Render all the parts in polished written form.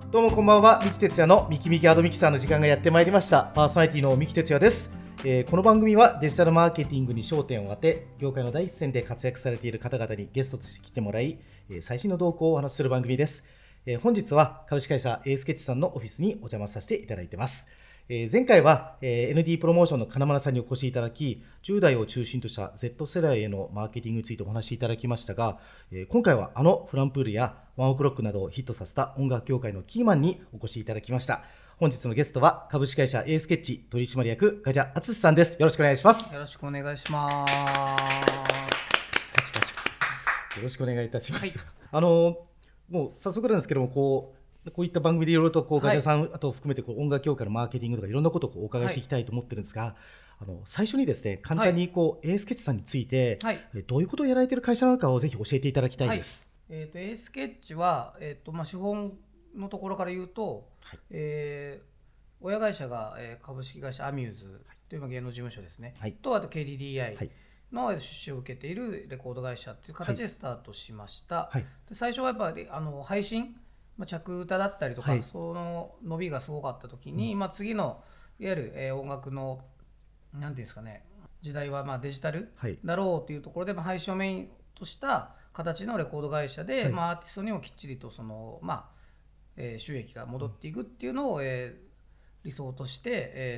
どうもこんばんは。三木哲也のミキミキアドミキさんの時間がやってまいりました。パーソナリティの三木哲也です。この番組はデジタルマーケティングに焦点を当て、業界の第一線で活躍されている方々にゲストとして来てもらい、最新の動向をお話しする番組です。本日は株式会社Aスケッチさんのオフィスにお邪魔させていただいてます。前回は ND プロモーションの金丸さんにお越しいただき、10代を中心とした Z 世代へのマーケティングについてお話しいただきましたが、今回はフランプールやワンオクロックなどをヒットさせた音楽業界のキーマンにお越しいただきました。本日のゲストは株式会社 Aスケッチ取締役ガジャ敦さんです。よろしくお願いします。 よろしくお願いします。 パチパチパチよろしくお願いいたします。 はい、 もう早速なんですけども、こういった番組でいろいろとガジャさん、あと含めて音楽業界のマーケティングとかいろんなことをお伺いしていきたいと思ってるんですが、最初にですね、簡単にAスケッチさんについて、どういうことをやられている会社なのかをぜひ教えていただきたいです。 Aスケッチは、資本のところから言うと、親会社が、株式会社アミューズという芸能事務所ですね、とあと KDDI の出資を受けているレコード会社という形でスタートしました。で最初はやっぱり配信着歌だったりとか、その伸びがすごかった時に、次のいわゆる、音楽のなんていうんですかね、時代はデジタルだろうというところで、配信をメインとした形のレコード会社で、アーティストにもきっちりとその、収益が戻っていくっていうのを、理想として、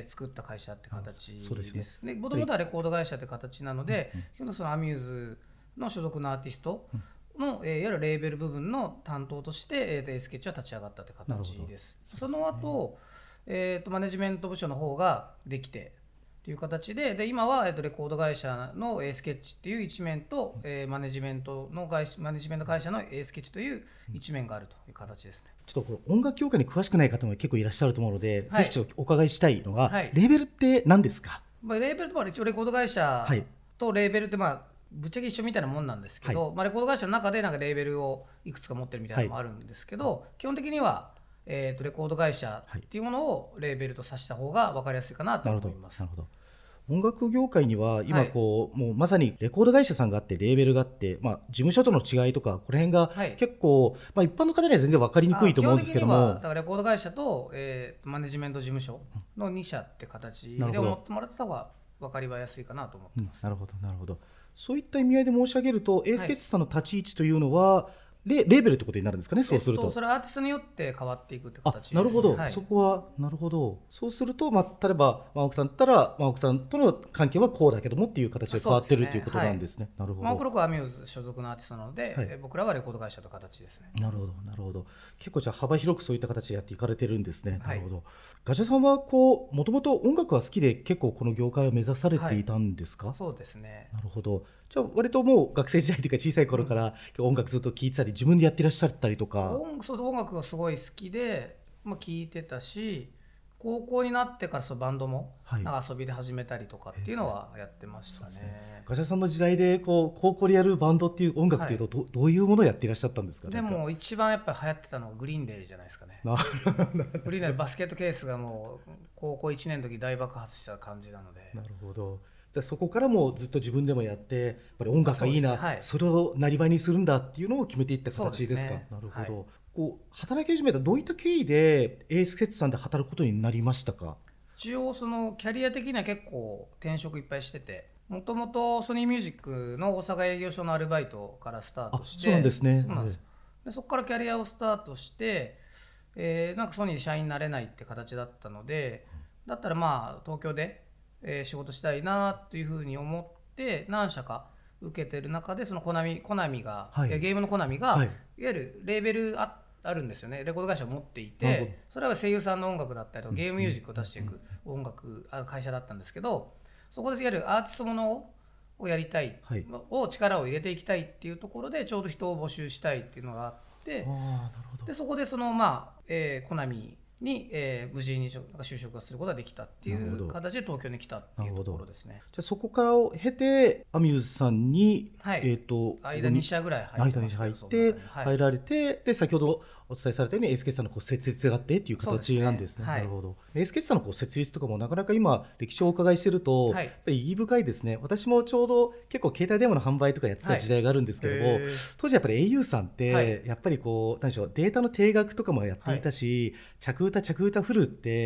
作った会社って形ですね。もともとはレコード会社って形なので、基本的にそのアミューズの所属のアーティストの、いわゆるレーベル部分の担当として、Aスケッチは立ち上がったという形です。その後、マネジメント部署の方ができてという形で、今は、レコード会社の Aスケッチっていう一面と、マネジメント会社の Aスケッチという一面があるという形ですね。 ちょっと音楽業界に詳しくない方も結構いらっしゃると思うので、ぜひちょっとお伺いしたいのが、レーベルって何ですか？ レーベルとは一応レコード会社とレーベルってぶっちゃけ一緒みたいなもんなんですけど、レコード会社の中でなんかレーベルをいくつか持ってるみたいなのもあるんですけど、基本的には、レコード会社っていうものをレーベルと指した方が分かりやすいかなと思います。 なるほど。音楽業界には今もうまさにレコード会社さんがあってレーベルがあって、事務所との違いとかこの辺が結構、一般の方には全然分かりにくいと思うんですけども、 基本的にはだからレコード会社と、マネジメント事務所の2社って形で思ってもらってた方が分かりやすいかなと思ってます。 なるほど。そういった意味合いで申し上げると、Aスケッチさんの立ち位置というのはレーベルってことになるんですかね。そうすると、 それはアーティストによって変わっていくって形です。 なるほど、そこはなるほど。そうすると、例えばワンオクさんだったらワンオクさんとの関係はこうだけどもっていう形で変わってるということなんですね。なるほど。 ワンオクロックはアミューズ所属のアーティストなので、僕らはレコード会社という形ですね。 なるほど。結構じゃあ幅広くそういった形でやっていかれてるんですね。なるほど。ガジャさんはもともと音楽は好きで結構この業界を目指されていたんですか？ そうですね。 なるほど。じゃあ割ともう学生時代というか小さい頃から音楽ずっと聴いてたり自分でやってらっしゃったりとか。 音楽がすごい好きで、聴いてたし、高校になってからバンドも遊びで始めたりとかっていうのはやってましたね。 ガジャさんの時代で高校でやるバンドっていう音楽というと、どういうものをやっていらっしゃったんですか？ でも一番やっぱり流行ってたのはグリーンデイじゃないですかね。グリーンデイバスケットケースがもう高校1年の時大爆発した感じなので。 なるほど。そこからもずっと自分でもやってやっぱり音楽がいいな、それをなりわいにするんだっていうのを決めていった形ですか？なるほど。働き始めたどういった経緯でAスケッチさんで働くことになりましたか？ 一応そのキャリア的には結構転職いっぱいしてて、もともとソニーミュージックの大阪営業所のアルバイトからスタートして、 そうなんですね。 でそこからキャリアをスタートして、なんかソニーで社員になれないって形だったので、だったら東京で仕事したいなというふうに思って何社か受けてる中で、そのコナミが、ゲームのコナミが、いわゆるレーベルあるんですよね。レコード会社を持っていて、それは声優さんの音楽だったりとかゲームミュージックを出していく会社だったんですけど、そこでいわゆるアーティストものをやりたい、力を入れていきたいっていうところでちょうど人を募集したいっていうのがあって、でそこでそのコナミに、無事に就職することができたっていう形で東京に来たっていうところですね。 じゃあそこからを経てアミューズさんに、 間2社ぐらい入って入られて、で先ほどお伝えされたようにエース決算の設立があってっていう形なんですね。なるほど。エース決算の設立とかもなかなか今歴史をお伺いしてると、やっぱり意義深いですね。私もちょうど結構携帯電話の販売とかやってた時代があるんですけども、当時やっぱり au さんってやっぱりこう何でしょう、データの定額とかもやっていたし、着歌フルって、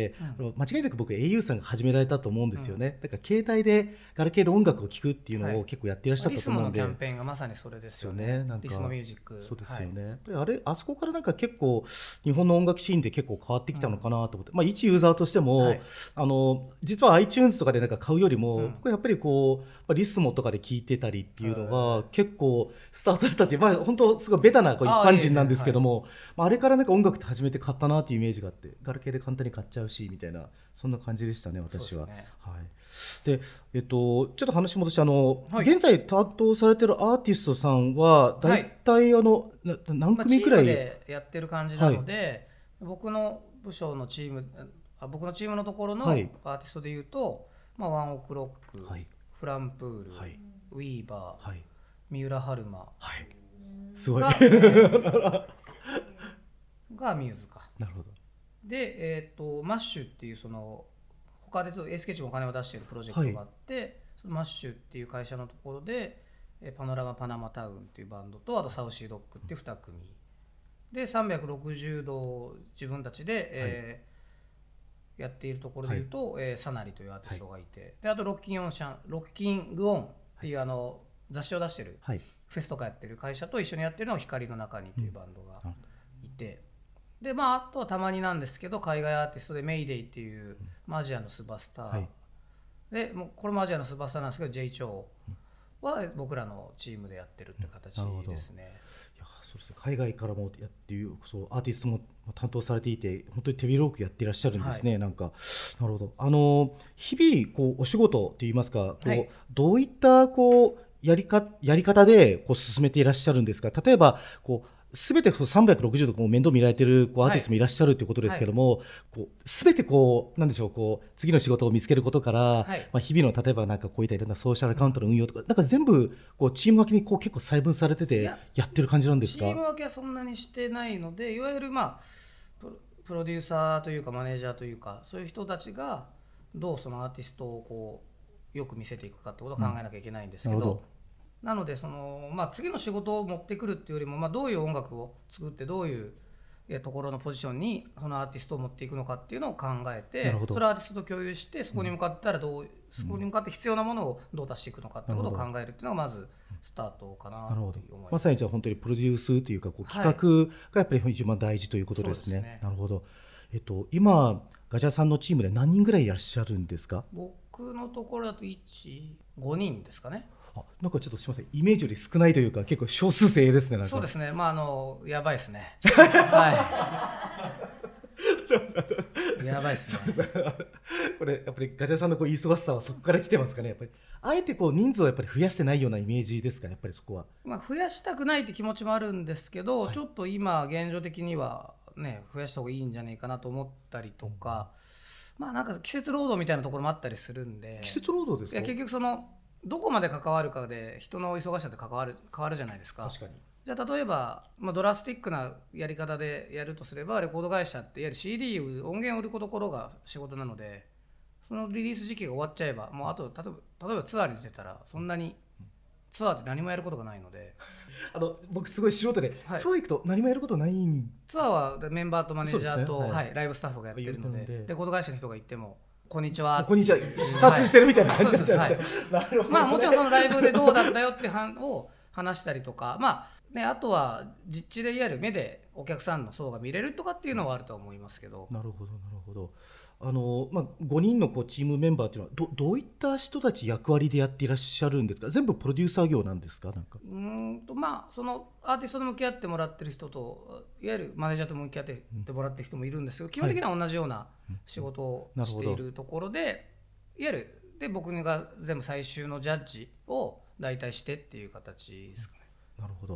間違いなく僕 au さんが始められたと思うんですよね。だから携帯でガラケーで音楽を聴くっていうのを結構やっていらっしゃったと思うんで、 リスモのキャンペーンがまさにそれですよね。 なんかリスモミュージック。 そうですよね。やっぱりあそこからなんか結構日本の音楽シーンで結構変わってきたのかなと思って、一ユーザーとしても、実は iTunes とかでなんか買うよりも、僕はやっぱりこうリスモとかで聴いてたりっていうのが結構スタートだったっていう、本当すごいベタな一般人なんですけども、あれからなんか音楽って初めて買ったなっていうイメージがあって、ガラケーで簡単に買っちゃうしみたいな、そんな感じでしたね、私は。でちょっと話戻して現在担当されているアーティストさんは大体何組くらい、 チームでやってる感じなので、僕の部署のチーム、僕のチームのところのアーティストでいうと、ワンオクロック、フランプール、ウィーバー、三浦春馬すごいがミューズか。 なるほど。 で、マッシュっていうその他でエースケッチもお金を出しているプロジェクトがあって、そのマッシュっていう会社のところでパノラマパナマタウンっていうバンドと、あとサウシードッグっていう2組で360度自分たちで、やっているところでいうと、サナリというアーティストがいて、であとロッキングオンっていう雑誌を出してる、フェスとかやってる会社と一緒にやってるのが光の中にっていうバンドがいて、であとはたまになんですけど海外アーティストでメイデイっていう、アジアのスーパースター、でもうこれもアジアのスーパースターなんですけど J チョウは僕らのチームでやってるって形ですね。 いやそうですね、海外からもやっていうアーティストも担当されていて、本当に手広くやっていらっしゃるんですね。なんかなるほど。日々お仕事といいますか、どういったやり方で進めていらっしゃるんですか。例えば全て360度面倒見られているアーティストもいらっしゃるということですけども、全てなんでしょう、次の仕事を見つけることから、日々の例えばなんかこういったいろんなソーシャルアカウントの運用とか、なんか全部チーム分けに結構細分されててやってる感じなんですか。 チーム分けはそんなにしてないので、いわゆるプロデューサーというかマネージャーというか、そういう人たちがどうそのアーティストをよく見せていくかってことを考えなきゃいけないんですけど、なので次の仕事を持ってくるっていうよりも、どういう音楽を作ってどういうところのポジションにそのアーティストを持っていくのかっていうのを考えて、それをアーティストと共有して、そこに向かったらそこに向かって必要なものをどう出していくのかってことを考えるっていうのがまずスタートかなと思います。 まさにじゃあ本当にプロデュースというか企画がやっぱり一番大事ということですね。なるほど。今ガジャさんのチームで何人ぐらいいらっしゃるんですか。 僕のところだと5人ですかね。 なんかちょっとすみません、イメージより少ないというか結構少数精鋭ですね。なんかそうですね、やばいですねやばいですねこれやっぱりガジャさんの忙しさはそこから来てますかね。やっぱりあえて人数をやっぱり増やしてないようなイメージですか、やっぱりそこは。 増やしたくないって気持ちもあるんですけど、ちょっと今現状的にはね増やした方がいいんじゃないかなと思ったりとか、なんか季節労働みたいなところもあったりするんで。 季節労働ですか。 いや結局どこまで関わるかで人の忙しさって変わるじゃないですか。 確かに。 じゃあ例えば、ドラスティックなやり方でやるとすれば、レコード会社っていわゆる CD 音源を売るところが仕事なので、そのリリース時期が終わっちゃえば、もうあと例えばツアーに出てたらそんなにツアーって何もやることがないので僕すごい素人で、そういくと何もやることないん。 ツアーはメンバーとマネージャーと、ライブスタッフがやってるので、レコード会社の人が行ってもこんにちは視察してるみたいな感じになっちゃうんですね。 もちろんそのライブでどうだったよってを話したりとか、あとは実地でいわゆる目でお客さんの層が見れるとかっていうのはあると思いますけど。 なるほどなるほど。5人のチームメンバーというのはどういった人たち役割でやっていらっしゃるんですか。全部プロデューサー業なんですか。なんかそのアーティストと向き合ってもらってる人といわゆるマネージャーと向き合ってもらってる人もいるんですけど、基本的には同じような仕事をしているところで、いわゆるで僕が全部最終のジャッジを大体してっていう形ですかね。 なるほど。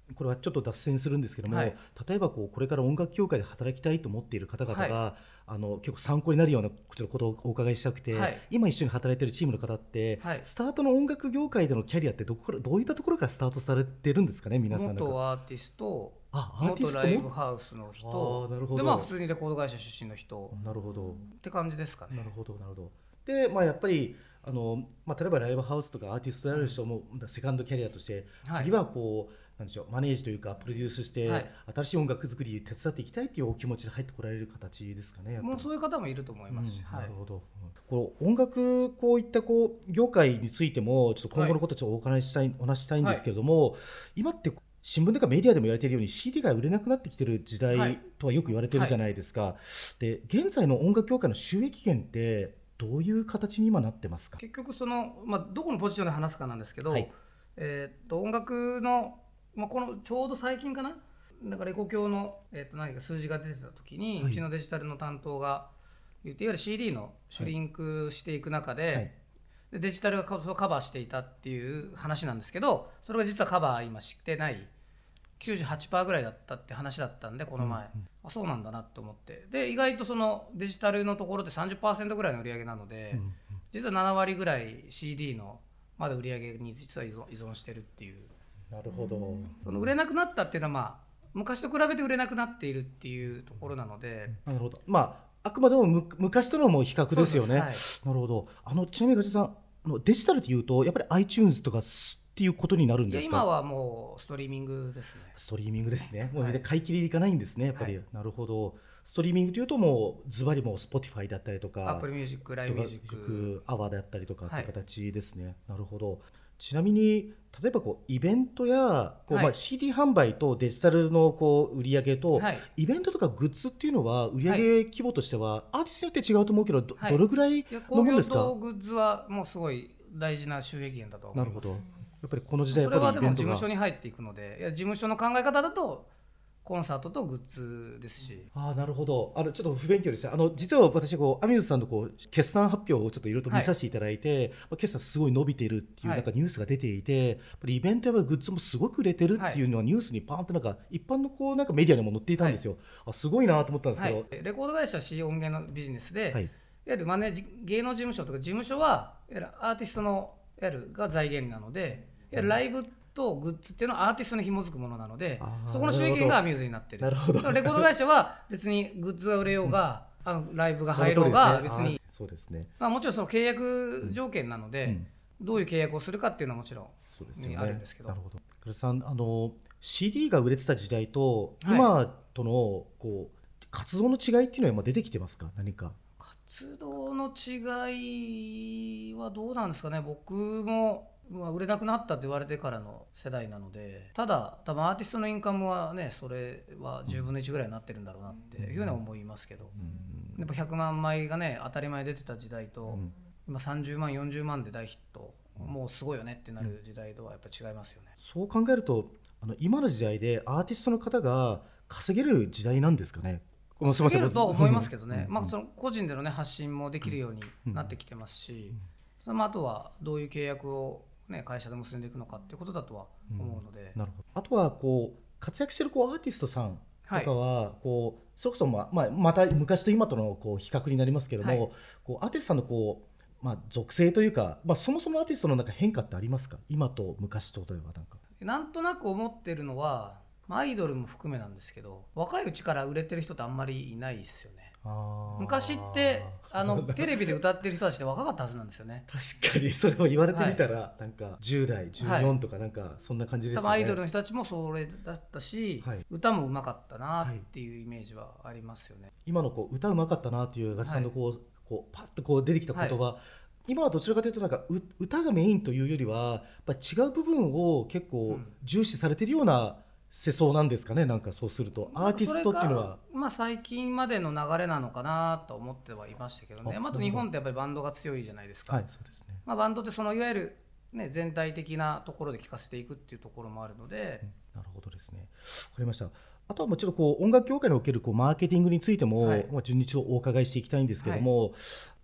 これはちょっと脱線するんですけども、 はい、 例えばこれから音楽業界で働きたいと思っている方々が、結構参考になるようなちょっとことをお伺いしたくて、今一緒に働いているチームの方って、スタートの音楽業界でのキャリアってどういったところからスタートされてるんですかね、皆さん。 元アーティスト、元ライブハウスの人で、普通にレコード会社出身の人って感じですかね。 なるほど。で、やっぱり例えばライブハウスとかアーティストである人も、セカンドキャリアとして、次はなんでしょう、マネージというかプロデュースして、新しい音楽作り手伝っていきたいというお気持ちで入ってこられる形ですかね。 もうそういう方もいると思いますし、 なるほど。音楽こういった業界についてもちょっと今後のことをお話ししたいんですけれども、今って新聞とかメディアでも言われているように CD が売れなくなってきている時代とはよく言われているじゃないですか。で、現在の音楽業界の収益源ってどういう形に今なってますか？ 結局どこのポジションで話すかなんですけど、音楽の、このちょうど最近かな、なんかレコ協の、何か数字が出てた時に、うちのデジタルの担当が言って、いわゆる CD のシュリンクしていく中で、デジタルがそれをカバーしていたっていう話なんですけど、それが実はカバー今してない 98% ぐらいだったって話だったんで、この前、そうなんだなと思って、で意外とそのデジタルのところで 30% ぐらいの売り上げなので、実は7割ぐらい CD のまだ売り上げに実は依存してるっていう。 なるほど。 その売れなくなったっていうのは、昔と比べて売れなくなっているっていうところなので、 なるほど。あくまでも昔とのも比較ですよね。なるほど。ちなみにガジさん、デジタルでいうとやっぱり iTunes とかっていうことになるんですか？ 今はもうストリーミングですね。 ストリーミングですね。もう買い切りいかないんですね、やっぱり。なるほど。ストリーミングというともうズバリもう Spotify だったりとか Apple Music、LINE Music、 AWA だったりとかっていう形ですね。なるほど。ちなみに例えばイベントやCD 販売とデジタルの売り上げと、イベントとかグッズっていうのは売り上げ規模としてはアーティストによって違うと思うけど、どれぐらいのものですか？ 工業とグッズはもうすごい大事な収益源だと思います。 なるほど。やっぱりこの時代それはでも事務所に入っていくので、事務所の考え方だとコンサートとグッズですし。 なるほど。ちょっと不勉強でした。実は私アミューズさんの決算発表をちょっといろいろと見させていただいて、決算すごい伸びているっていうなんかニュースが出ていて、やっぱりイベントやグッズもすごく売れてるっていうのはニュースにパーンとなんか一般のなんかメディアにも載っていたんですよ。すごいなと思ったんですけど、 レコード会社は C 音源のビジネスで、いわゆる芸能事務所とか事務所はいわゆるアーティストのいわゆるが財源なので、いわゆるライブとグッズっていうのはアーティストに紐づくものなので、そこの収益源がアミューズになってる。 なるほど。 レコード会社は別にグッズが売れようが、ライブが入ろうが別に、 そうですね。 もちろんその契約条件なので、どういう契約をするかっていうのはもちろんあるんですけど。 なるほど。黒さん、CD が売れてた時代と今との活動の違いっていうのは今出てきてますか？何か活動の違いはどうなんですかね。僕も売れなくなったって言われてからの世代なので、ただ多分アーティストのインカムはね、それは10分の1ぐらいになってるんだろうなっていうふうに思いますけど、やっぱ100万枚がね当たり前出てた時代と、今30万40万で大ヒット、もうすごいよねってなる時代とはやっぱ違いますよね。 そう考えると今の時代でアーティストの方が稼げる時代なんですかね？ 稼げると思いますけどね。その個人での、発信もできるようになってきてますし、あとはどういう契約を会社で結んでいくのかっていうことだとは思うので、 なるほど。あとは活躍しているアーティストさんとかは、それこそまた昔と今との比較になりますけども、アーティストさんの属性というか、そもそもアーティストの変化ってありますか？今と昔とではなんとなく思ってるのは、アイドルも含めなんですけど、若いうちから売れてる人ってあんまりいないですよね。昔ってテレビで歌ってる人たちって若かったはずなんですよね。 確かにそれを言われてみたら、なんか10代14とかなんかそんな感じですよね。 多分アイドルの人たちもそれだったし、歌もうまかったなっていうイメージはありますよね。 今の歌うまかったなっていうガチさんのパッと出てきた言葉、今はどちらかというとなんか歌がメインというよりはやっぱ違う部分を結構重視されているような世相なんですかね。なんかそうするとアーティストっていうのは最近までの流れなのかなと思ってはいましたけどね。あと日本ってやっぱりバンドが強いじゃないですか。 そうですね。 バンドっていわゆる、全体的なところで聴かせていくっていうところもあるので、 なるほどですね。わかりました。あとはもちろん音楽業界におけるマーケティングについても、順にお伺いしていきたいんですけども、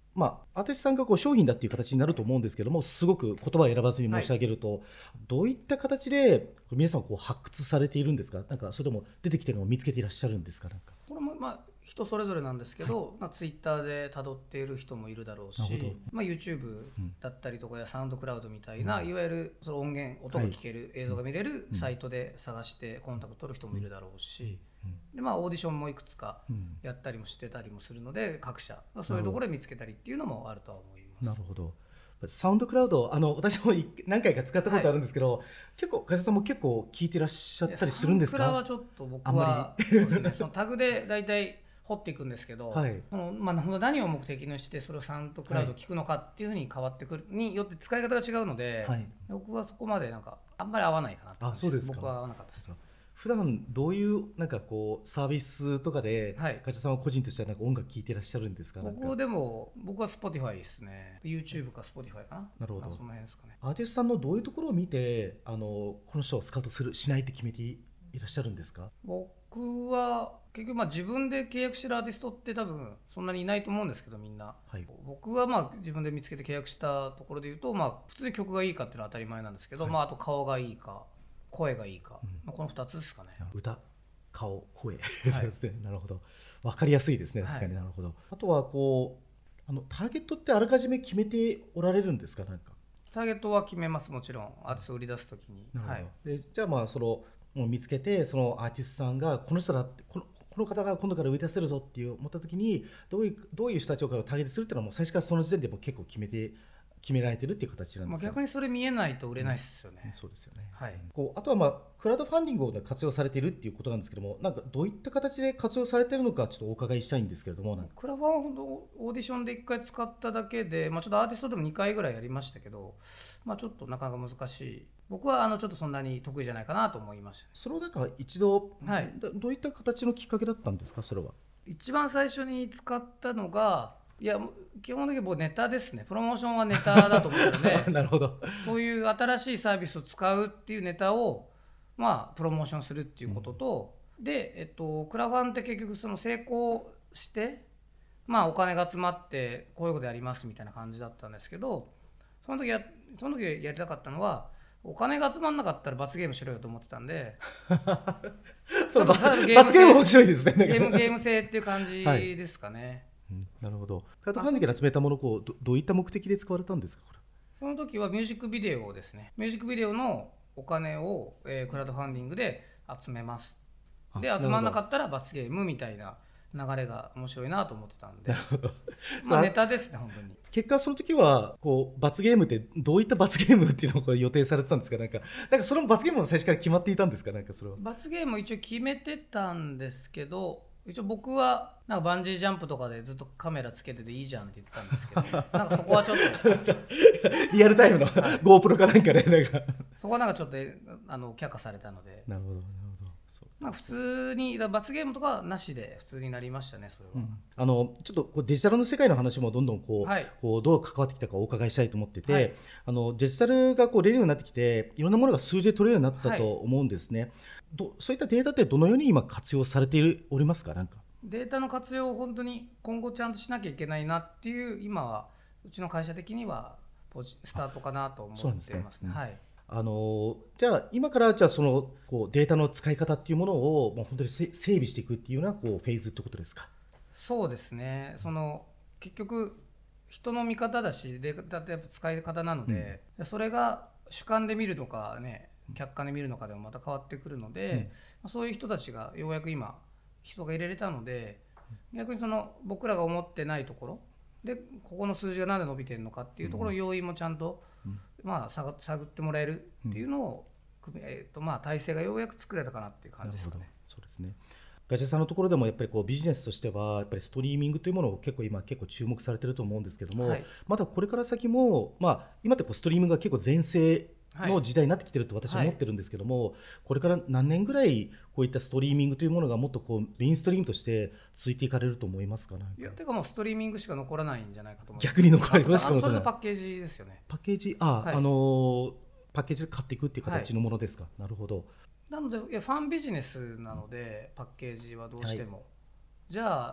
アーティストさんがこう商品だっていう形になると思うんですけども、すごく言葉を選ばずに申し上げると、どういった形で皆さんこう発掘されているんですか？なんかそれとも出てきてるのを見つけていらっしゃるんですか？なんかこれも人それぞれなんですけど、ツイッターで辿っている人もいるだろうし、YouTube だったりとかやサウンドクラウドみたいな、いわゆるその音源、音が聞ける、映像が見れるサイトで探してコンタクト取る人もいるだろうし、でオーディションもいくつかやったりもしてたりもするので、各社そういうところで見つけたりっていうのもあるとは思います。 なるほど。サウンドクラウド、私も何回か使ったことあるんですけど、結構梶田さんも結構聞いてらっしゃったりするんですか？ サウンドクラはちょっと僕はそうですね、そのタグでだいたい掘っていくんですけど、何を目的にしてそれをサウンドクラウドを聞くのかっていうふうに変わってくるによって使い方が違うので、僕はそこまでなんかあんまり合わないかなと思います。 そうですか。 僕は合わなかったです。 普段どういうなんかこうサービスとかで梶田さんは個人としてはなんか音楽聴いてらっしゃるんですか？ 僕は Spotify ですね。 YouTube か Spotify かな。 なるほど。 その辺ですかね。 アーティストさんのどういうところを見てこの人をスカウトするしないって決めていらっしゃるんですか？ 僕は結局自分で契約してるアーティストって多分そんなにいないと思うんですけど、みんな、僕は自分で見つけて契約したところでいうと、普通に曲がいいかっていうのは当たり前なんですけど、あと顔がいいか声がいいか、この2つですかね。 歌、顔、声そうですね。なるほど、分かりやすいですね。確かに。なるほど。あとはこうターゲットってあらかじめ決めておられるんですか？なんかターゲットは決めます。もちろんアーティストを売り出すときに。 でじゃあそのもう見つけて、そのアーティストさんがこの人だってこの方が今度から売り出せるぞっていう思ったときにどういう人たちをターゲットするっていうのはもう最初からその時点でも結構決められてるっていう形なんですか？ 逆にそれ見えないと売れないですよね。 そうですよね。あとはクラウドファンディングを活用されているっていうことなんですけども、なんかどういった形で活用されているのかちょっとお伺いしたいんですけれども。 クラファンは本当オーディションで1回使っただけで、ちょっとアーティストでも2回ぐらいやりましたけど、ちょっとなかなか難しい。僕はちょっとそんなに得意じゃないかなと思いました。 それをなんか一度、どういった形のきっかけだったんですか？それは一番最初に使ったのが、基本的にネタですね。プロモーションはネタだと思うのでなるほど。 そういう新しいサービスを使うっていうネタをプロモーションするっていうことと、で、クラファンって結局その成功してお金が集まってこういうことやりますみたいな感じだったんですけど、その時やりたかったのは、お金が集まんなかったら罰ゲームしろよと思ってたんでちょっと罰ゲーム面白いですね。ゲーム性っていう感じですかね。 なるほドクラウドファンディングで集めたものをどういった目的で使われたんですか？これその時はミュージックビデオですね。ミュージックビデオのお金を、クラウドファンディングで集めます。で集まらなかったら罰ゲームみたいな流れが面白いなと思ってたんでネタですね。本当に結果その時はこう罰ゲームってどういった罰ゲームっていうのを予定されてたんですか？なんかそれも罰ゲームも最初から決まっていたんですか？なんかそれは罰ゲーム一応決めてたんですけど、一応僕はなんかバンジージャンプとかでずっとカメラつけてていいじゃんって言ってたんですけどなんかそこはちょっとリアルタイムの GoPro かなんかでなんかそこはなんかちょっと却下されたので。 なるほど普通に罰ゲームとかはなしで普通になりましたね。それは、 ちょっとこうデジタルの世界の話もどんどんこうどう関わってきたかお伺いしたいと思ってて、デジタルがこう出るようになってきていろんなものが数字で取れるようになったと思うんですね。そういったデータってどのように今活用されておりますか？なんかデータの活用を本当に今後ちゃんとしなきゃいけないなっていう、今はうちの会社的にはスタートかなと思ってますね。 じゃあ今からそのこうデータの使い方っていうものをもう本当に整備していくっていうようなこうフェーズってことですか？ そうですね。結局人の見方だしデータってやっぱ使い方なので、それが主観で見るのかね、客観で見るのかでもまた変わってくるので、そういう人たちがようやく今人が入れれたので、逆に僕らが思ってないところでここの数字が何で伸びてるのかっていうところの要因もちゃんと探ってもらえるっていうのを、体制がようやく作れたかなっていう感じですかね。 そうですね。梶田さんのところでもやっぱりこうビジネスとしてはやっぱりストリーミングというものを今結構注目されていると思うんですけども、まだこれから先も、今ってこうストリーミングが結構全盛の時代になってきてると私は思ってるんですけども、これから何年ぐらいこういったストリーミングというものがもっとこうメインストリームとして続いていかれると思いますか？ いや、てかもうストリーミングしか残らないんじゃないかと思います。 逆に残らない。 それとパッケージですよね。 パッケージ、パッケージで買っていくっていう形のものですか？なるほど。 なのでファンビジネスなので、パッケージはどうしても、じゃあ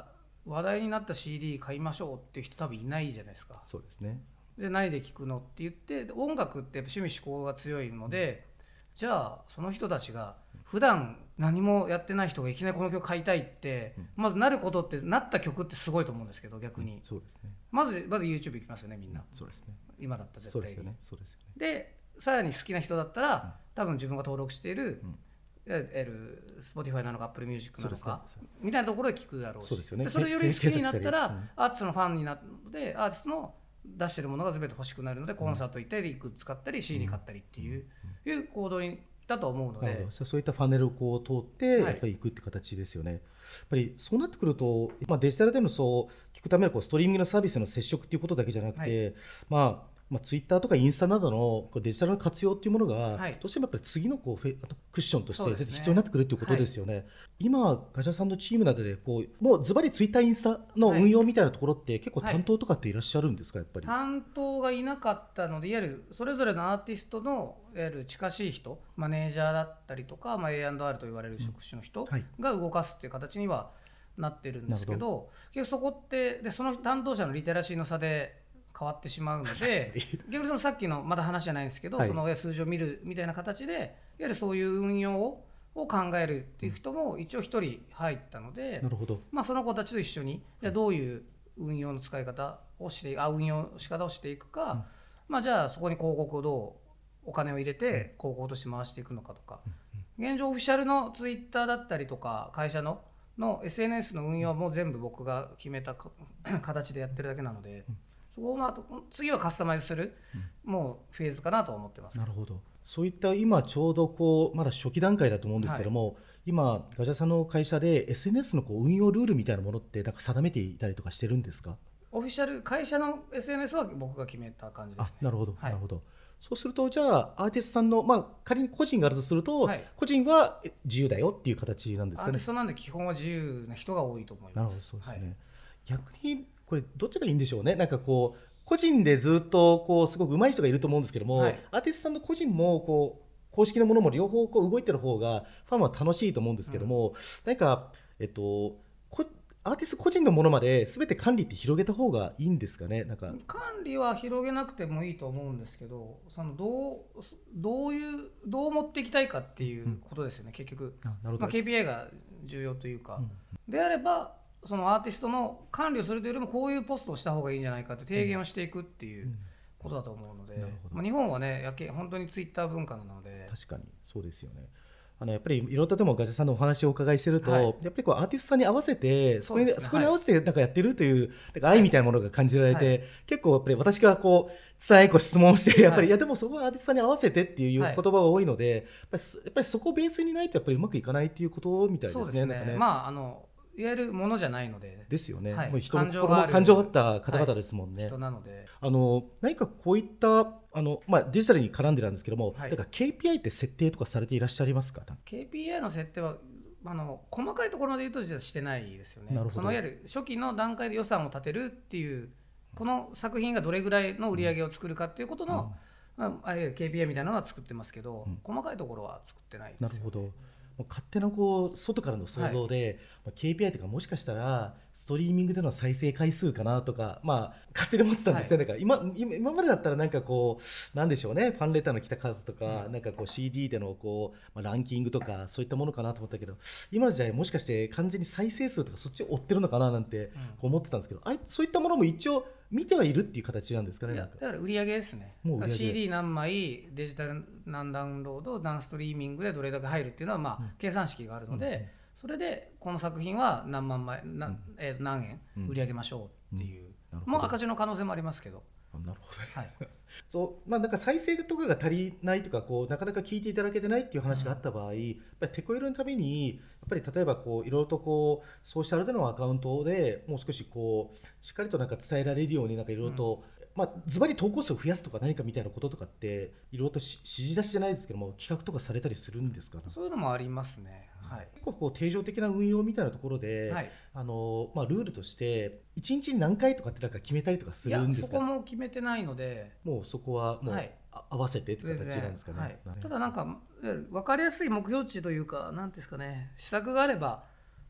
話題になった CD 買いましょうっていう人多分いないじゃないですか。 そうですね。 で何で聴くのって言って、音楽って趣味思考が強いので、じゃあその人たちが普段何もやってない人がいきなりこの曲買いたいって、まずなることって、なった曲ってすごいと思うんですけど、逆に、 そうですね。 まず YouTube 行きますよね、みんな。 そうですね。 今だったら絶対に。 そうですよね。そうですよね。 でさらに好きな人だったら、多分自分が登録している、Spotify なのか Apple Music なのか、みたいなところで聞くだろうし、 そうですよね。 でそれより好きになったら、アーティストのファンになるので、アーティストの出してるものが全て欲しくなるので、コンサート行ったりグッズ買ったり CD 買ったりっていう行動にだと思うので、 そういったファネルをこう通ってやっぱり行くって形ですよね。やっぱりそうなってくると、デジタルでのそう聞くためのストリーミングのサービスの接触っていうことだけじゃなくて、ツイッターとかインスタなどのデジタルの活用っていうものが、どうしてもやっぱり次のクッションとして必要になってくるということですよね。今ガジャさんのチームなどでもうズバリツイッターインスタの運用みたいなところって結構担当とかっていらっしゃるんですか？やっぱり担当がいなかったので、いわゆるそれぞれのアーティストのいわゆる近しい人、マネージャーだったりとか、A&R と言われる職種の人が動かすっていう形にはなってるんですけど、結局そこってでその担当者のリテラシーの差で変わってしまうので、逆にそのさっきのまだ話じゃないんですけど、その数字を見るみたいな形でいわゆるそういう運用を考えるっていう人も一応一人入ったので、 なるほど。 その子たちと一緒にじゃあどういう運用の使い方を運用仕方をしていくか、じゃあそこに広告をどうお金を入れて広告として回していくのかとか、現状オフィシャルのツイッターだったりとか会社のSNS の運用も全部僕が決めた形でやってるだけなので、そこを次はカスタマイズする、もうフェーズかなと思ってます。 なるほど。そういった今ちょうどまだ初期段階だと思うんですけども、今ガジャさんの会社で SNS の運用ルールみたいなものってなんか定めていたりとかしてるんですか？ オフィシャル会社の SNS は僕が決めた感じですね。 なるほど、なるほど。そうするとじゃあアーティストさんの、仮に個人があるとすると、個人は自由だよっていう形なんですかね。 アーティストなんで基本は自由な人が多いと思います。 なるほど、そうですね。逆にこれどっちがいいんでしょうね。なんか個人でずっとすごく上手い人がいると思うんですけども、アーティストさんの個人も公式のものも両方動いてる方がファンは楽しいと思うんですけども、何かアーティスト個人のものまで全て管理って広げた方がいいんですかね。なんか管理は広げなくてもいいと思うんですけど、どう持っていきたいかっていうことですよね、結局。KPI が重要というか、であればそのアーティストの管理をするというよりもこういうポストをした方がいいんじゃないかって提言をしていくっていうことだと思うので、日本はね本当にツイッター文化なので。 確かにそうですよね。やっぱりいろいろとでもガジャさんのお話をお伺いしてると、やっぱりアーティストさんに合わせてそこに合わせてなんかやってるというなんか愛みたいなものが感じられて、結構やっぱり私が伝え質問をしてやっぱり、いやでもそこはアーティストさんに合わせてっていう言葉が多いので、やっぱりそこをベースにないとやっぱりうまくいかないっていうことみたいですね。 そうですね。いわゆるものじゃないので。 ですよね。もう人の心も感情があった方々ですもんね。 人なので。 何かこういったデジタルに絡んでるんですけども、だから KPI って設定とかされていらっしゃいますか？ KPI の設定は細かいところまで言うと実はしてないですよね。そのいわゆる初期の段階で予算を立てるっていう、この作品がどれぐらいの売り上げを作るかっていうことの、KPI みたいなのは作ってますけど、細かいところは作ってないですよね。 なるほど。勝手な外からの想像で、KPI とかもしかしたらストリーミングでの再生回数かなとか、勝手に思ってたんですね。だから今までだったらなんかなんでしょうね、ファンレターの来た数とか、なんかCD でのランキングとかそういったものかなと思ったけど、今の時代もしかして完全に再生数とかそっちを追ってるのかななんて思ってたんですけど、そういったものも一応見てはいるっていう形なんですかね。 だから売り上げですね。CD 何枚、デジタル何ダウンロード、何ストリーミングでどれだけ入るっていうのは計算式があるので、それでこの作品は何万枚、何円売り上げましょうっていう、もう赤字の可能性もありますけど。 なるほど。なんか再生とかが足りないとかなかなか聞いていただけてないっていう話があった場合、やっぱりテコ入れのためにやっぱり例えばいろいろとソーシャルでのアカウントでもう少ししっかりとなんか伝えられるようになんかいろいろと、ズバリ投稿数を増やすとか何かみたいなこととかっていろいろと指示出しじゃないですけども企画とかされたりするんですか？ そういうのもありますね。 結構定常的な運用みたいなところで、ルールとして1日に何回とかってなんか決めたりとかするんですか？ そこも決めてないので、 もうそこはもう合わせてって形なんですかね。 ただなんか分かりやすい目標値というか、なんですかね、施策があれば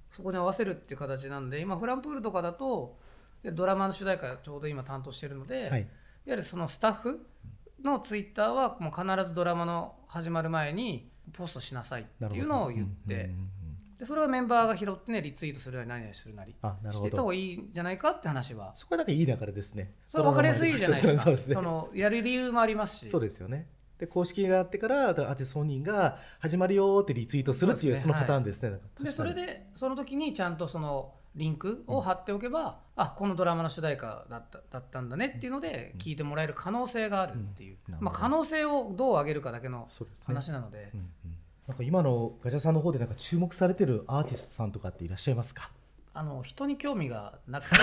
そこに合わせるっていう形なんで、今フランプールとかだとドラマの主題歌ちょうど今担当してるので、いわゆるそのスタッフのツイッターはもう必ずドラマの始まる前にポストしなさいっていうのを言って、でそれはメンバーが拾ってね、リツイートするなり何々するなりしてた方がいいんじゃないかって話は、 そこはなんかいい流れですね。 それ分かりやすいじゃないですか。 そうですね、 そのやる理由もありますし。 そうですよね。で公式があってからアーティスト本人が始まるよってリツイートするっていうそのパターンですね。 でそれでその時にちゃんとそのリンクを貼っておけば、あ、このドラマの主題歌だったんだねっていうので聞いてもらえる可能性があるっていう、可能性をどう上げるかだけの話なので、 なんか今のガチャさんの方でなんか注目されてるアーティストさんとかっていらっしゃいますか？ 人に興味がなくて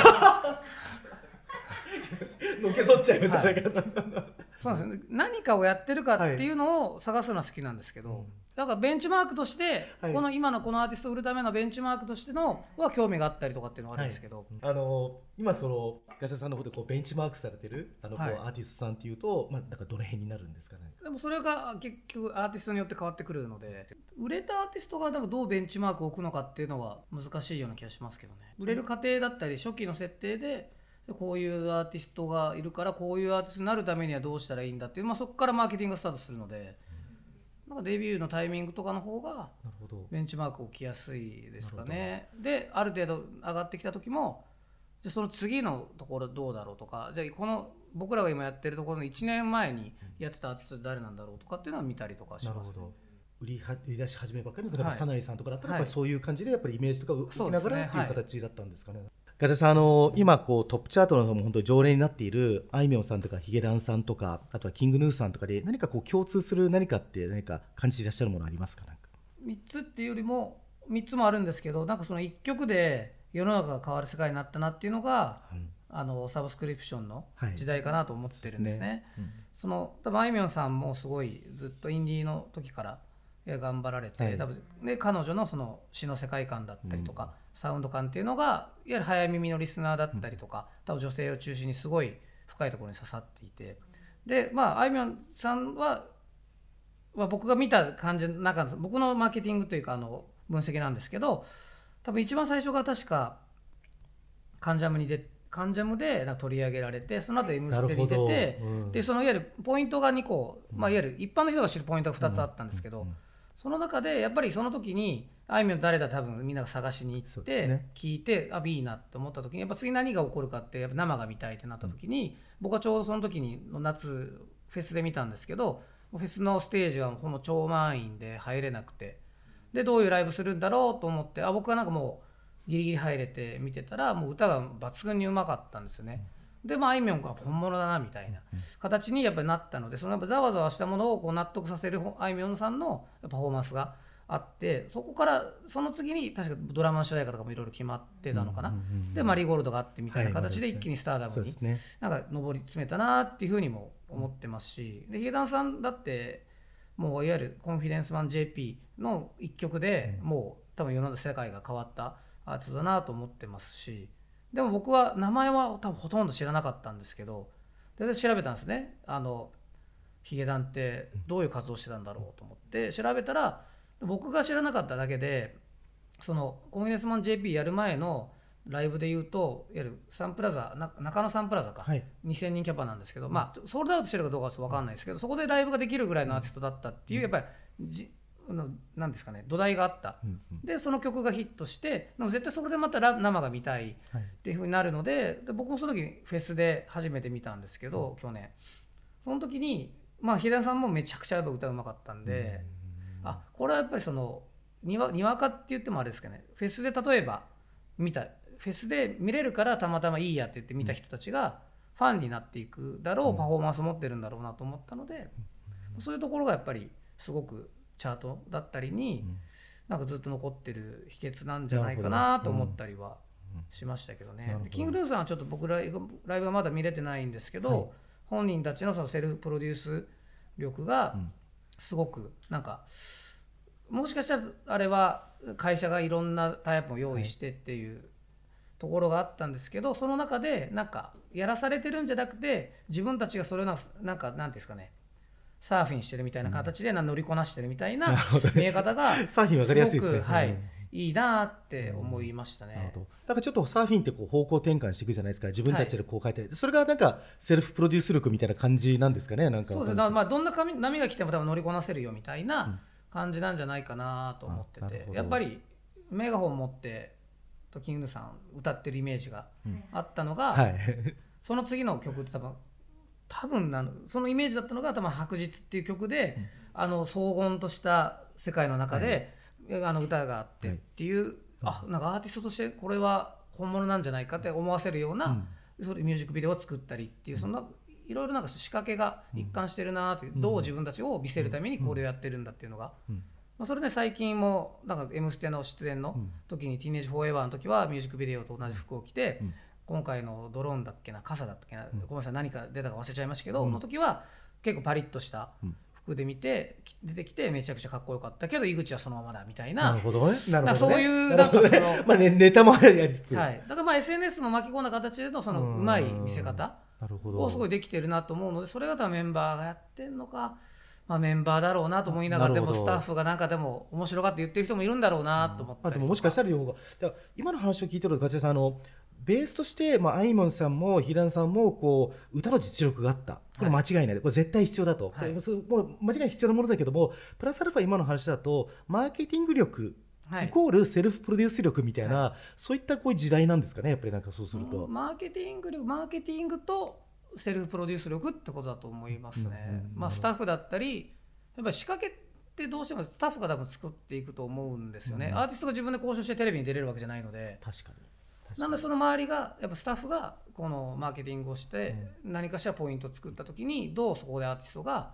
のけそっちゃいましたね。 そうなんですよ。何かをやってるかっていうのを探すのは好きなんですけど、だからベンチマークとして、この今のこのアーティストを売るためのベンチマークとしてのは興味があったりとかっていうのはあるんですけど、 今そのガチャさんの方でこうベンチマークされてるこうアーティストさんっていうと、なんかどの辺になるんですかね。 でもそれが結局アーティストによって変わってくるので、売れたアーティストがなんかどうベンチマークを置くのかっていうのは難しいような気がしますけどね。売れる過程だったり初期の設定でこういうアーティストがいるからこういうアーティストになるためにはどうしたらいいんだっていう、そこからマーケティングがスタートするので、なんかデビューのタイミングとかの方がベンチマークを置きやすいですかね。である程度上がってきた時も、じゃその次のところどうだろうとか、じゃあこの僕らが今やってるところの1年前にやってたアーティスト誰なんだろうとかっていうのは見たりとかします、ね。なるほど。売り出し始めばっかりのサナリさんとかだったらやっぱりそういう感じでやっぱりイメージとかを受けながらっていう形だったんですかね。ガチャさん、今こうトップチャートの方も本当に常連になっているあいみょんさんとかヒゲダンさんとか、あとはキングヌーさんとかで何かこう共通する何かって何か感じていらっしゃるものありますか？なんか 3つっていうよりも3つもあるんですけど、なんかその1曲で世の中が変わる世界になったなっていうのが、サブスクリプションの時代かなと思ってるんですね。その多分あいみょんさんもすごいずっとインディーの時から頑張られて、多分で彼女のその詩の世界観だったりとか、サウンド感っていうのがいわゆる早耳のリスナーだったりとか、多分女性を中心にすごい深いところに刺さっていて、であいみょんさんは、僕が見た感じの中の僕のマーケティングというか分析なんですけど、多分一番最初が確かカンジャムでなんか取り上げられて、その後 M ステに出て、でそのいわゆるポイントが2個、いわゆる一般の人が知るポイントが2つあったんですけど、その中でやっぱりその時にあいみょん誰だ多分みんなが探しに行って聞いて、いいなって思った時に、やっぱ次何が起こるかってやっぱ生が見たいってなった時に、僕はちょうどその時に夏フェスで見たんですけど、フェスのステージはほぼ超満員で入れなくて、でどういうライブするんだろうと思って、僕はなんかもうギリギリ入れて見てたら、もう歌が抜群にうまかったんですよね。であいみょんが本物だなみたいな形にやっぱりなったので、そのやっぱざわざわしたものをこう納得させるあいみょんさんのパフォーマンスがあって、そこからその次に確かドラマの主題歌とかもいろいろ決まってたのかな、でマリーゴールドがあってみたいな形で一気にスターダムになんか上り詰めたなっていうふうにも思ってますし、でヒゲダンさんだってもういわゆるコンフィデンスマン JP の一曲でもう多分世の世界が変わったアーティストだなと思ってますし、でも僕は名前は多分ほとんど知らなかったんですけど、で調べたんですね。ヒゲダンってどういう活動してたんだろうと思って調べたら、僕が知らなかっただけで、そのコンフィデンスマン JP やる前のライブでいうと、いわゆるサンプラザ中野サンプラザか、2000人キャパなんですけど、ソールドアウトしてるかどうかは分かんないですけど、そこでライブができるぐらいのアーティストだったっていう、やっぱりなんですかね、土台があった、でその曲がヒットして、でも絶対それでまた生が見たいっていう風になるので、僕もその時にフェスで初めて見たんですけど、去年その時にヒデさんもめちゃくちゃ歌うまかったんで、これはやっぱりそのにわかって言ってもあれですかね、フェスで例えばフェスで見れるからたまたまいいやって言って見た人たちがファンになっていくだろう、パフォーマンスを持ってるんだろうなと思ったので、そういうところがやっぱりすごくチャートだったりになんかずっと残ってる秘訣なんじゃないかなと思ったりはしましたけどね。キングドゥさんはちょっと僕ライブがまだ見れてないんですけど、本人たちのそのセルフプロデュース力がすごくなんか、もしかしたらあれは会社がいろんなタイプを用意してっていうところがあったんですけど、その中でなんかやらされてるんじゃなくて、自分たちがそれをなんかなんていうんですかね、サーフィンしてるみたいな形で乗りこなしてるみたいな見え方がサーフィン分かりやすいですね。 いいなって思いましたね。 なるほど。だからちょっとサーフィンってこう方向転換していくじゃないですか。自分たちでこう変えて、それがなんかセルフプロデュース力みたいな感じなんですかね。なんかそうですね。まあどんな波が来ても多分乗りこなせるよみたいな感じなんじゃないかなと思ってて、やっぱりメガホン持ってキングヌーさん歌ってるイメージがあったのが、その次の曲って多分そのイメージだったのが多分白日っていう曲で、荘厳とした世界の中で、歌があってっていう、なんかアーティストとしてこれは本物なんじゃないかって思わせるような、それミュージックビデオを作ったりっていう、そんないろいろなんか仕掛けが一貫してるなっていう、どう自分たちを見せるためにこれをやってるんだっていうのが、それで最近もなんか M ステの出演の時にティーンエイジフォーエバーの時はミュージックビデオと同じ服を着て、今回のドローンだっけな、傘だっけな、ごめんなさい何か出たか忘れちゃいましたけど、の時は結構パリッとした服で見て出てきてめちゃくちゃかっこよかったけど井口はそのままだみたいな。 なるほどね。 そういうなんかまあネタもありつつ、 だからまあ SNS も巻き込んだ形でのそのうまい見せ方をすごいできてるなと思うので、それが多分メンバーがやってんのか、まあ、メンバーだろうなと思いながら、でもスタッフがなんかでも面白がって言ってる人もいるんだろうなと思って、 でももしかしたら両方が今の話を聞いてると勝谷さんベースとして、あいみょんさんも平野さんもこう歌の実力があった、これ間違いないで、これ絶対必要だと、これもう間違いない必要なものだけども、プラスアルファ今の話だとマーケティング力イコールセルフプロデュース力みたいな、そういったこういう時代なんですかね、やっぱりなんかそうすると。 マーケティングとセルフプロデュース力ってことだと思いますね。スタッフだったりやっぱり仕掛けってどうしてもスタッフが多分作っていくと思うんですよね。アーティストが自分で交渉してテレビに出れるわけじゃないので。 確かに。 なのでその周りがやっぱスタッフがこのマーケティングをして何かしらポイントを作った時にどうそこでアーティストが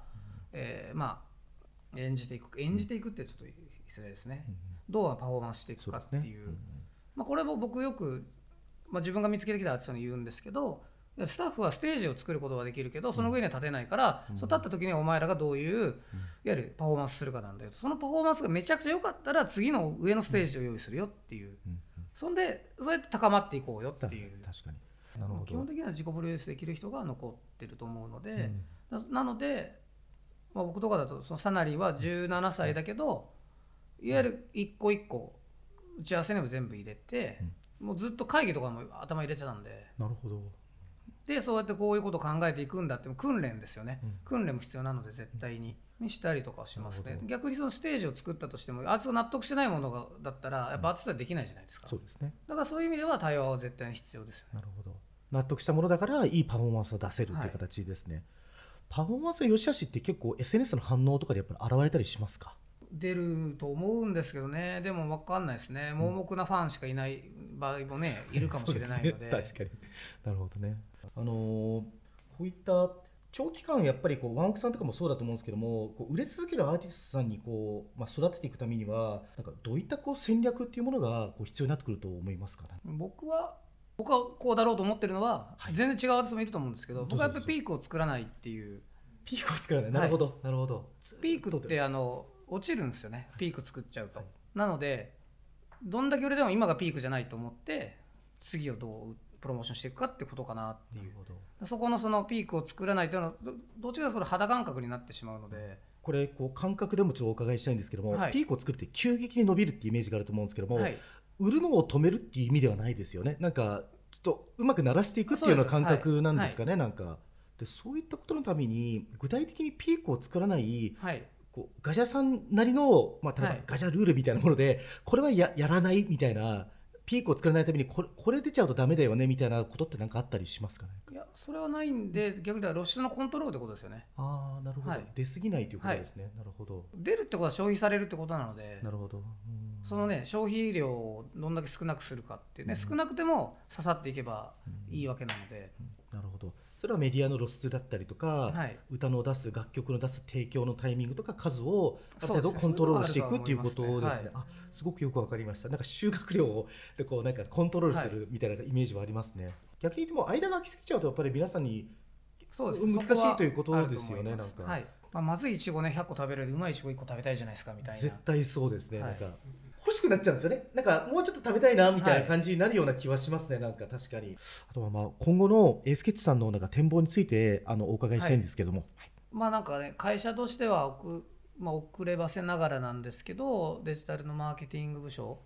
演じていくってちょっと失礼ですね、どうパフォーマンスしていくかっていう、これも僕よく、自分が見つけてきたアーティストに言うんですけど、スタッフはステージを作ることはできるけどその上には立てないから、そう立った時にはお前らがどういういわゆるパフォーマンスするかなんだよと、そのパフォーマンスがめちゃくちゃ良かったら次の上のステージを用意するよっていう、そうやって高まっていこうよっていう。 確かに。なるほど。 基本的には自己プロデュースできる人が残ってると思うので、なので、僕とかだとそのサナリーは17歳だけど、いわゆる一個一個打ち合わせにも全部入れて、もうずっと会議とかも頭入れてたんで。 なるほど。 でそうやってこういうことを考えていくんだって訓練ですよね、訓練も必要なので絶対にしたりとかしますね。逆にそのステージを作ったとしてもアーティストが納得してないものだったらやっぱアーティストはできないじゃないですか。 そうですね。 だからそういう意味では対話は絶対に必要ですよね。 なるほど。納得したものだからいいパフォーマンスを出せるという形ですね。パフォーマンスの良し悪しって結構 SNS の反応とかでやっぱり現れたりしますか？ 出ると思うんですけどね。でも分かんないですね。盲目なファンしかいない場合もね、いるかもしれないので。 確かに。なるほどね。こういった長期間やっぱりワンオクさんとかもそうだと思うんですけども、売れ続けるアーティストさんに育てていくためにはなんかどういった戦略っていうものが必要になってくると思いますかね？ 僕はこうだろうと思ってるのは、全然違うアーティストもいると思うんですけど、僕はやっぱりピークを作らないっていう。 ピークを作らない。なるほど、なるほど。 ピークって落ちるんですよね、ピーク作っちゃうと。なのでどんだけ売れても今がピークじゃないと思って次をどうプロモーションしていくかってことかなっていう。そこのそのピークを作らないというのはどっちかというと肌感覚になってしまうので、 これ感覚でもちょっとお伺いしたいんですけども、ピークを作って急激に伸びるっていうイメージがあると思うんですけども、売るのを止めるっていう意味ではないですよね。なんかちょっとうまく鳴らしていくっていうような感覚なんですかね。なんかでそういったことのために具体的にピークを作らない、ガジャさんなりの、例えばガジャルールみたいなもので、これは やらないみたいな、ピークを作らないためにこれ出ちゃうとダメだよねみたいなことって何かあったりしますかね？ いやそれはないんで、逆に言ったら露出のコントロールってことですよね。 なるほど、出過ぎないということですね。なるほど。 出るってことは消費されるってことなので。 なるほど。 そのね、消費量をどんだけ少なくするかってね、少なくても刺さっていけばいいわけなので。 なるほど。それはメディアの露出だったりとか、歌の出す楽曲の出す提供のタイミングとか数をある程度コントロールしていくっていうことですね。すごくよくわかりました。なんか収穫量をなんかコントロールするみたいなイメージはありますね。逆に言っても間が空きすぎちゃうとやっぱり皆さんに難しいということですよね。なんかまずいイチゴね100個食べるよりうまいイチゴ1個食べたいじゃないですかみたいな。 絶対そうですね。なんか欲しくなっちゃうんですよね。なんかもうちょっと食べたいなみたいな感じになるような気はしますね。なんか確かに。あとは今後のスケッチさんのなんか展望についてお伺いしたいんですけども。 なんかね、会社としては遅ればせながらなんですけど、デジタルのマーケティング部署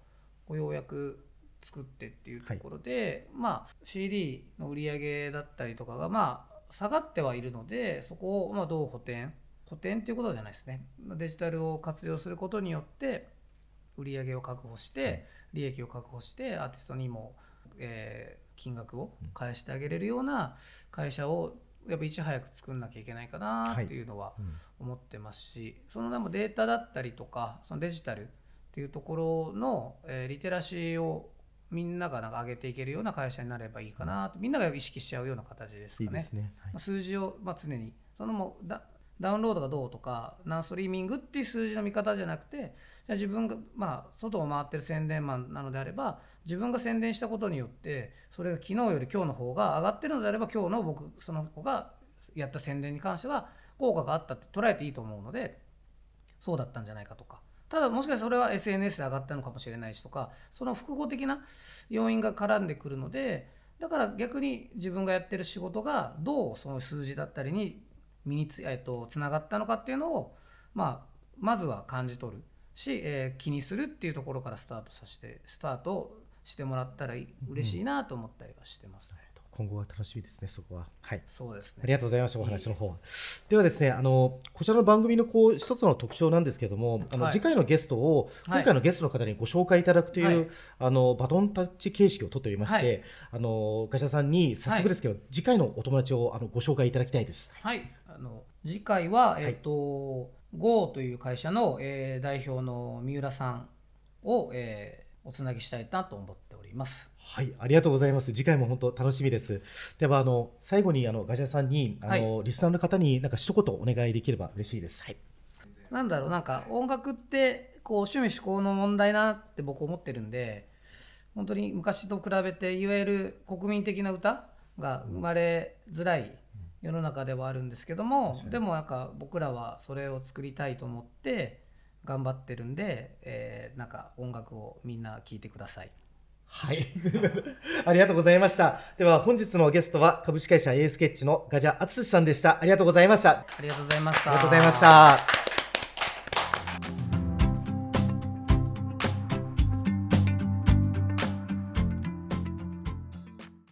ようやく作ってっていうところで、CD の売り上げだったりとかが下がってはいるので、そこをどう補填っていうことじゃないですね。デジタルを活用することによって売り上げを確保して利益を確保してアーティストにも、金額を返してあげれるような会社をやっぱいち早く作んなきゃいけないかなっていうのは思ってますし、そのデータだったりとかそのデジタルっていうところの、リテラシーをみんなが上げていけるような会社になればいいかなと、みんなが意識しちゃうような形ですかね。 いいですね。 数字を、常にそのダウンロードがどうとか何ストリーミングっていう数字の見方じゃなくて、じゃあ自分が、外を回ってる宣伝マンなのであれば、自分が宣伝したことによってそれが昨日より今日の方が上がってるのであれば、今日のその子がやった宣伝に関しては効果があったって捉えていいと思うので、そうだったんじゃないかとか、ただもしかしたらそれは SNS で上がったのかもしれないしとか、その複合的な要因が絡んでくるので、だから逆に自分がやってる仕事がどうその数字だったりにつながったのかっていうのを、まずは感じ取るし、気にするっていうところからスタートしてもらったら嬉しいなと思ったりはしてます。 今後は楽しみですね、そこは。はい、 そうですね。 ありがとうございました。お話の方ではですね、こちらの番組の一つの特徴なんですけれども、次回のゲストを今回のゲストの方にご紹介いただくという、バトンタッチ形式をとっておりまして、ガシャさんに早速ですけど、次回のお友達をご紹介いただきたいです。 はい、次回は、GO という会社の、代表の三浦さんを、おつなぎしたいなと思っております。 はい、ありがとうございます。次回も本当楽しみです。では最後にガジャさんにリスナーの方に一言お願いできれば嬉しいです。はい、 音楽って趣味嗜好の問題なって僕思ってるんで、本当に昔と比べていわゆる国民的な歌が生まれづらい世の中ではあるんですけども、でも僕らはそれを作りたいと思って頑張ってるんで、音楽をみんな聴いてください。 はいありがとうございました。では本日のゲストは株式会社 Aスケッチのガジャ敦さんでした。ありがとうございました。 ありがとうございました。 ありがとうございました。